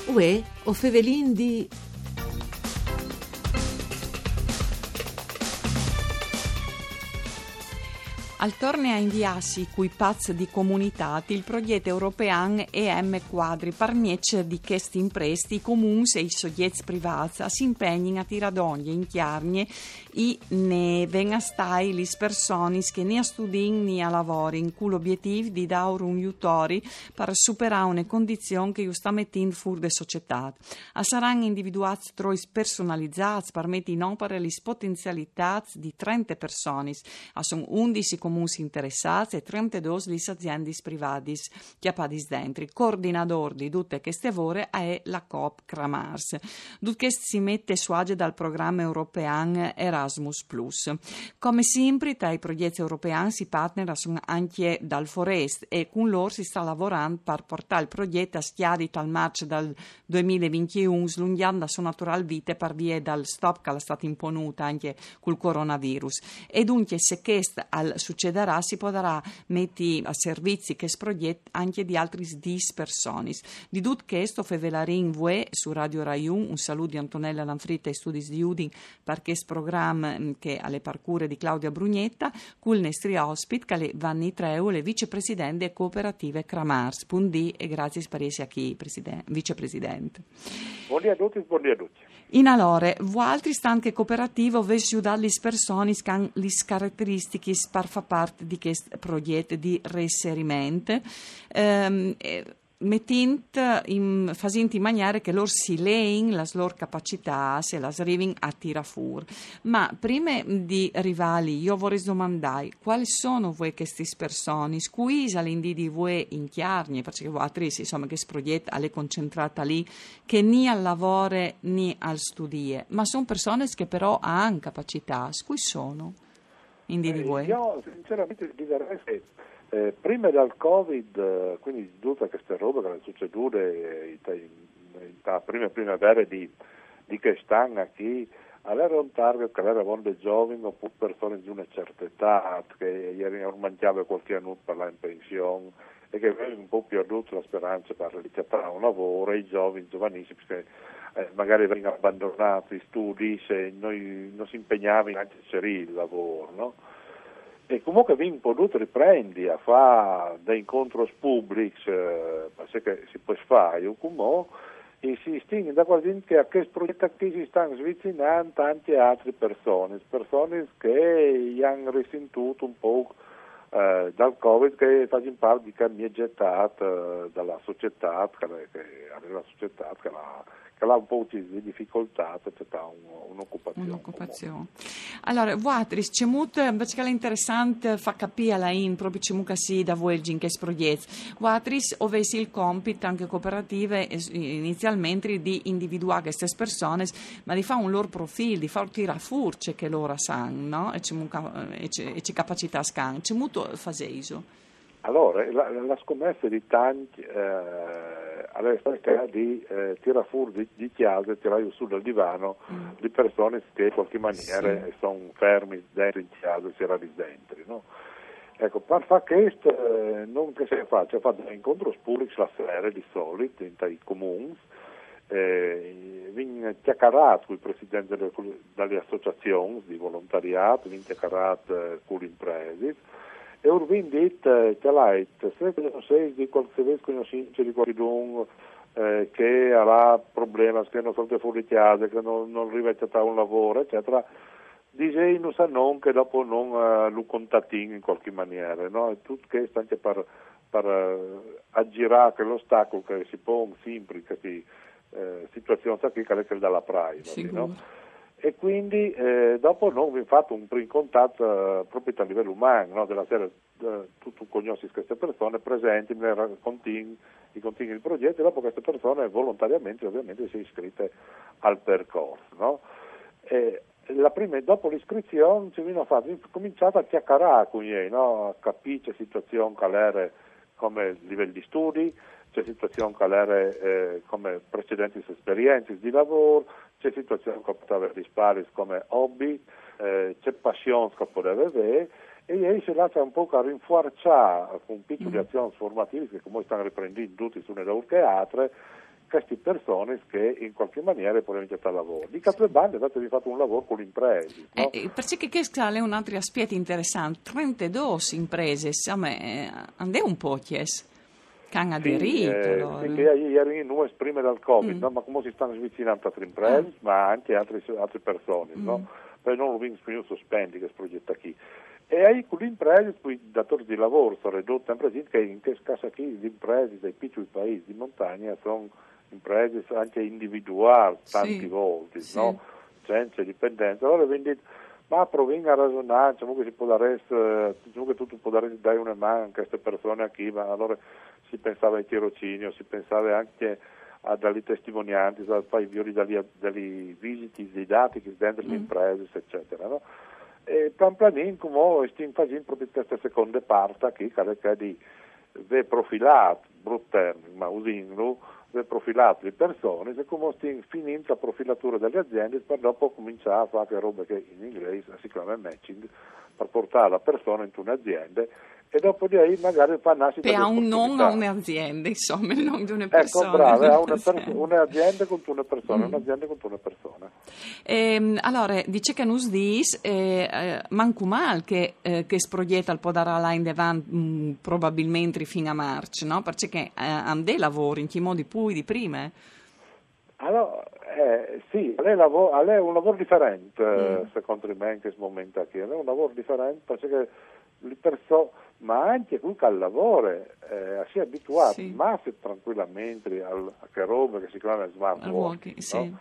Uè, o fevelin di... Al torne a inviarsi cui pazz di comunità il progetto europeo EM Quadri parmiece di queste imprese i comuni e i soggetti privati si impegnino a tiradoglie in chiarnie i ne venga stai le persone che ne studino né a lavoro in cui l'obiettivo di dare un aiutori per superare una condizione che sta mettendo fuori da società. A saranno individuati troi personalizzati per mettere in opera le potenzialità di 30 persone. A sono 11 comuni interessati e 32 le aziende private chiappadis dentro. Coordinatore di tutte queste ore è la Coop Kramars. Tutto si mette su agenda dal programma europeo Erasmus+. Come sempre, tra i progetti europei si partner sono anche dal Forest e con loro si sta lavorando per portare il progetto a schiari dal marzo del 2021 slungando la sua naturale vita per via dal stop che è stato imponuto anche col coronavirus. E dunque, se questo succederà, si potrà mettere a servizi che progetti anche di altri 10 persone. Di tutto questo, Fevelarin Vue su Radio Rai 1, un saluto di Antonella Lanfritta e Studi di Udin per questo programma che alle parcure di Claudia Brugnetta, col nostri ospite che le Vanni Treu, le vicepresidente cooperative Kramars. Buondì e grazie per essere qui, vicepresidente. Buondì a tutti, buondì a tutti. In allora, voi altri stanche cooperativo vessi dalle persone che hanno le caratteristiche per far parte di questo progetto di reinserimento, facendo in maniera che loro si leino le loro capacità, se le arrivino a tirare fuori. Ma prima di rivali, io vorrei domandare quali sono voi queste persone, scusa l'indi di voi in chiarni, perché voi altri, insomma, che questo progetto è concentrata lì, che né al lavoro né al studio, ma sono persone che però hanno capacità, cui sono? Indi di voi? Io sinceramente direi che prima del Covid, quindi tutte queste robe che sono succedute in prime primavere di quest'anno qui, era un target che era buon dei giovani oppure persone di una certa età che ieri mangiava qualche anno per la in pensione e che avevano un po' perduto la speranza per realizzare un lavoro, e i giovanissimi che magari vengono abbandonati gli studi se noi non si impegnavamo anche a inserire il lavoro, no? E comunque abbiamo potuto riprendere a fare dei incontri pubblici, che si può fare, e si stinge da quasi che a questo progetto qui si stanno avvicinando tante altre persone che hanno risentito un po' dal Covid, che fanno parte di che mi è gettato dalla società, che ha un po' di difficoltà per un'occupazione. Allora, Vuatris, c'è molto, perché è interessante fa capire alla in proprio c'è molto sì da voi il che progetto. Vuatris, ovesi il compito anche cooperative inizialmente di individuare queste persone, ma di fare un loro profilo, di far tirare fuori che loro sanno, no? E c'è capacità scan, c'è molto faseso. Allora, la scommessa di tanti è stata di tirare fuori di chiesa, tirare su dal divano di persone che in qualche maniera sono fermi dentro in chiesa e si era lì dentro, no? Ecco, per fare questo non che si faccia, fa degli incontri pubblici la sera di solito in i comuni, viene chiacchierato con il presidente delle associazioni di volontariato, viene chiacchierato con le imprese. E ora vi detto che lei, se non sei di qualsiasi conoscenza di qualcuno che ha problemi, che non sono fuori di casa, che non riesce a fare un lavoro, eccetera, dice non sa non che dopo non lo contattino in qualche maniera, no? E tutto questo anche per aggirare l'ostacolo che si pone sempre in queste situazioni qui, che è quella della privacy, no? E quindi dopo noi abbiamo fatto un primo contatto proprio a livello umano, no? Della sera tu conosci queste persone presenti, me ne continui il progetto, e dopo queste persone volontariamente ovviamente si sono iscritte al percorso, no? Dopo l'iscrizione ci abbiamo cominciato a chiacchierare con lei, no? A capire la situazione che era come livello di studi, c'è situazione che era come precedenti esperienze di lavoro, c'è situazione che poteva avere spari come hobby, c'è passione che poteva avere, e lei si lascia un po' a rinforzare con piccole azioni formative che come stanno riprendendo tutti su nelle altre, queste persone che in qualche maniera possono iniziare a lavoro. Di altre bande avete fatto un lavoro con le imprese. No? Perché questo è un altro aspetto interessante. 32 imprese, insomma, andè un po' chies. Che hanno aderito. Allora. Sì, che ieri non esprime dal Covid, no? Ma come si stanno avvicinando altre imprese, ma anche altre persone, no? Per non lo vengono sospendi questo progetto qui. E hai con le imprese, i datori di lavoro sono ridotti imprese, che in questo caso qui le imprese dei piccoli paesi di montagna sono imprese anche individuali tanti volte, no? Senza dipendenza. Allora quindi, ma proviamo a ragionare, diciamo che si può dare, diciamo che tutto può dare una mano a queste persone qui, ma allora si pensava ai tirocinio, si pensava anche a dalle testimonianze, a fare i violi dalle visite, dei dati che dentro le imprese, eccetera, no? E plan planin come stiamo facendo proprio questa seconda parte qui, che è di ve profilato, brutto termine, ma usinlo, ve profilato le persone, e come stiamo finendo la profilatura delle aziende per dopo cominciare a fare roba che in inglese si chiama matching, per portare la persona in un'azienda e dopo di ahí magari fa nascere ha un nome a un'azienda, insomma, il nome di una persona. Ecco, brava, un'azienda contro una persona, un'azienda contro una persona. Allora, dice che nos dis, manco mal che sproietta il podare là in davanti probabilmente fino a marzo, no? Perché hanno dei lavori, in che modi poi di prima? Allora, sì, è un lavoro differente, secondo me, in questo momento qui. È un lavoro differente perché le persone, ma anche qui al lavoro, si è abituato, ma se tranquillamente a che roba che si chiama smart working, no?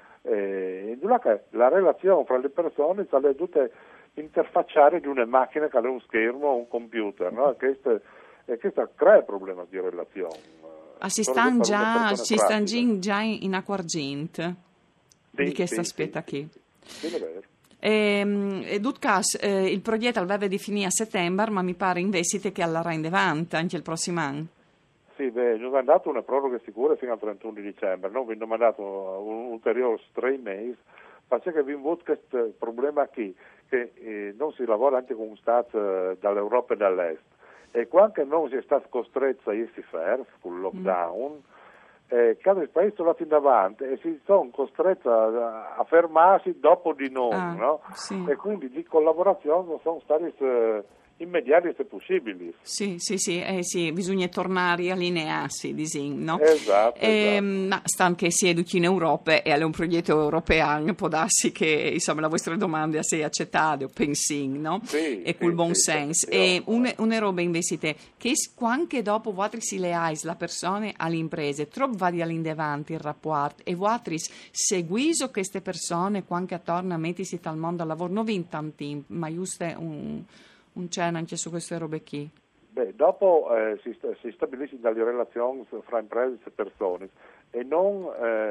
E la relazione fra le persone sarebbe tutta interfacciare di una macchina che ha un schermo o un computer, no? E questo crea problemi di relazione. Si stanno già in acquargente di questo aspetto qui. Sì, è vero. E Dutkas, il progetto aveva di finire a settembre, ma mi pare invece che alla in davanti anche il prossimo anno. Sì, ci abbiamo dato una proroga sicura fino al 31 di dicembre, noi abbiamo dato un ulteriore 3 mesi, perché abbiamo avuto questo problema qui, che non si lavora anche con Stati dall'Europa e dall'Est. E quando non si è stato costretto a irsi fermo con il lockdown, cada paese sono andati in avanti e si sono costretti a fermarsi dopo di noi, no? Sì. E quindi di collaborazione non sono stati immediati se possibili. Sì, bisogna tornare a allinearsi, no? Esatto. Ma stanno che si educhi in Europa e è un progetto europeo, può darsi che insomma la vostra domanda sia accettata o pensi, no? Sì, e col buon senso. E una roba invece che anche dopo voi si le hai la persona alle imprese, troppo va di all'indavanti il rapporto e voi seguiso queste persone quando tornano a mettersi al mondo al lavoro, non in tanti, ma giusto un cenno anche su queste robe qui? Dopo si stabilisce dalle relazioni fra imprese e persone e non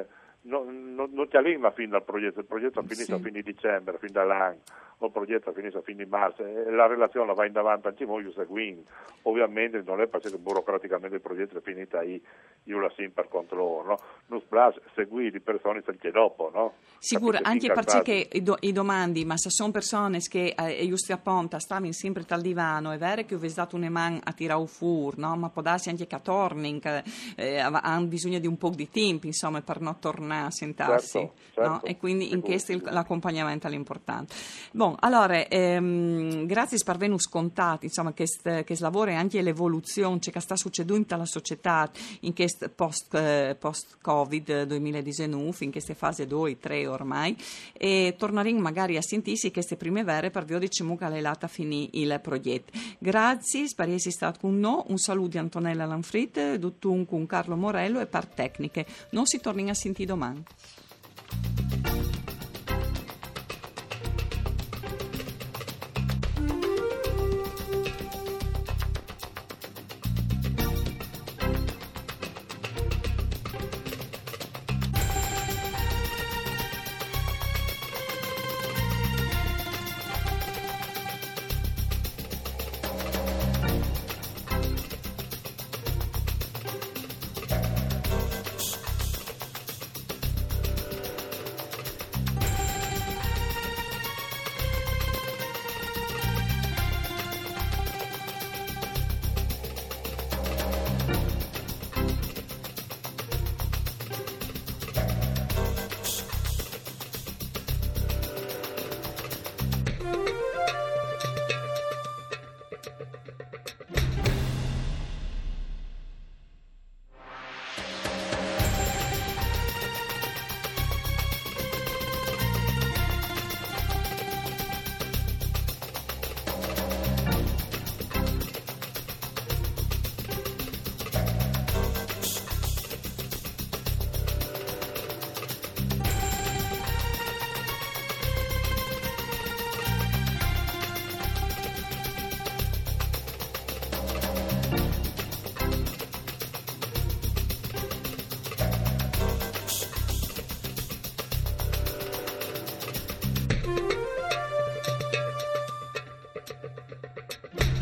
ti allima fin dal progetto, il progetto finisce a fine dicembre, fin dall'anno, o il progetto finisce a fine marzo, e la relazione va in davanti anche noi seguendo. Ovviamente non è perché burocraticamente il progetto è finito io la sim per conto loro, no? Non splash seguire le persone anche dopo, no? Sicuro, anche perché i domandi, ma se sono persone che giusti a ponta stavano sempre tal divano, è vero che ho dato una mano a tirare fuori, no? Ma può darsi anche che torni, hanno bisogno di un po' di tempo, insomma, per non tornare a sentarsi, certo, no? E quindi in questo l'accompagnamento è l'importante. Bon, allora, grazie per avermi scontato, insomma, che lavoro e anche l'evoluzione che sta succedendo alla società in questo post-Covid 2019, in queste fasi 2-3 ormai, e torneremo magari a sentirsi queste primavere per vi diciamo che l'elata finì il progetto. Grazie, spero che sia stato con noi, un saluto di Antonella Lanfrit, Duttun con Carlo Morello e par tecniche. Non si torni a sentire domani. Italia.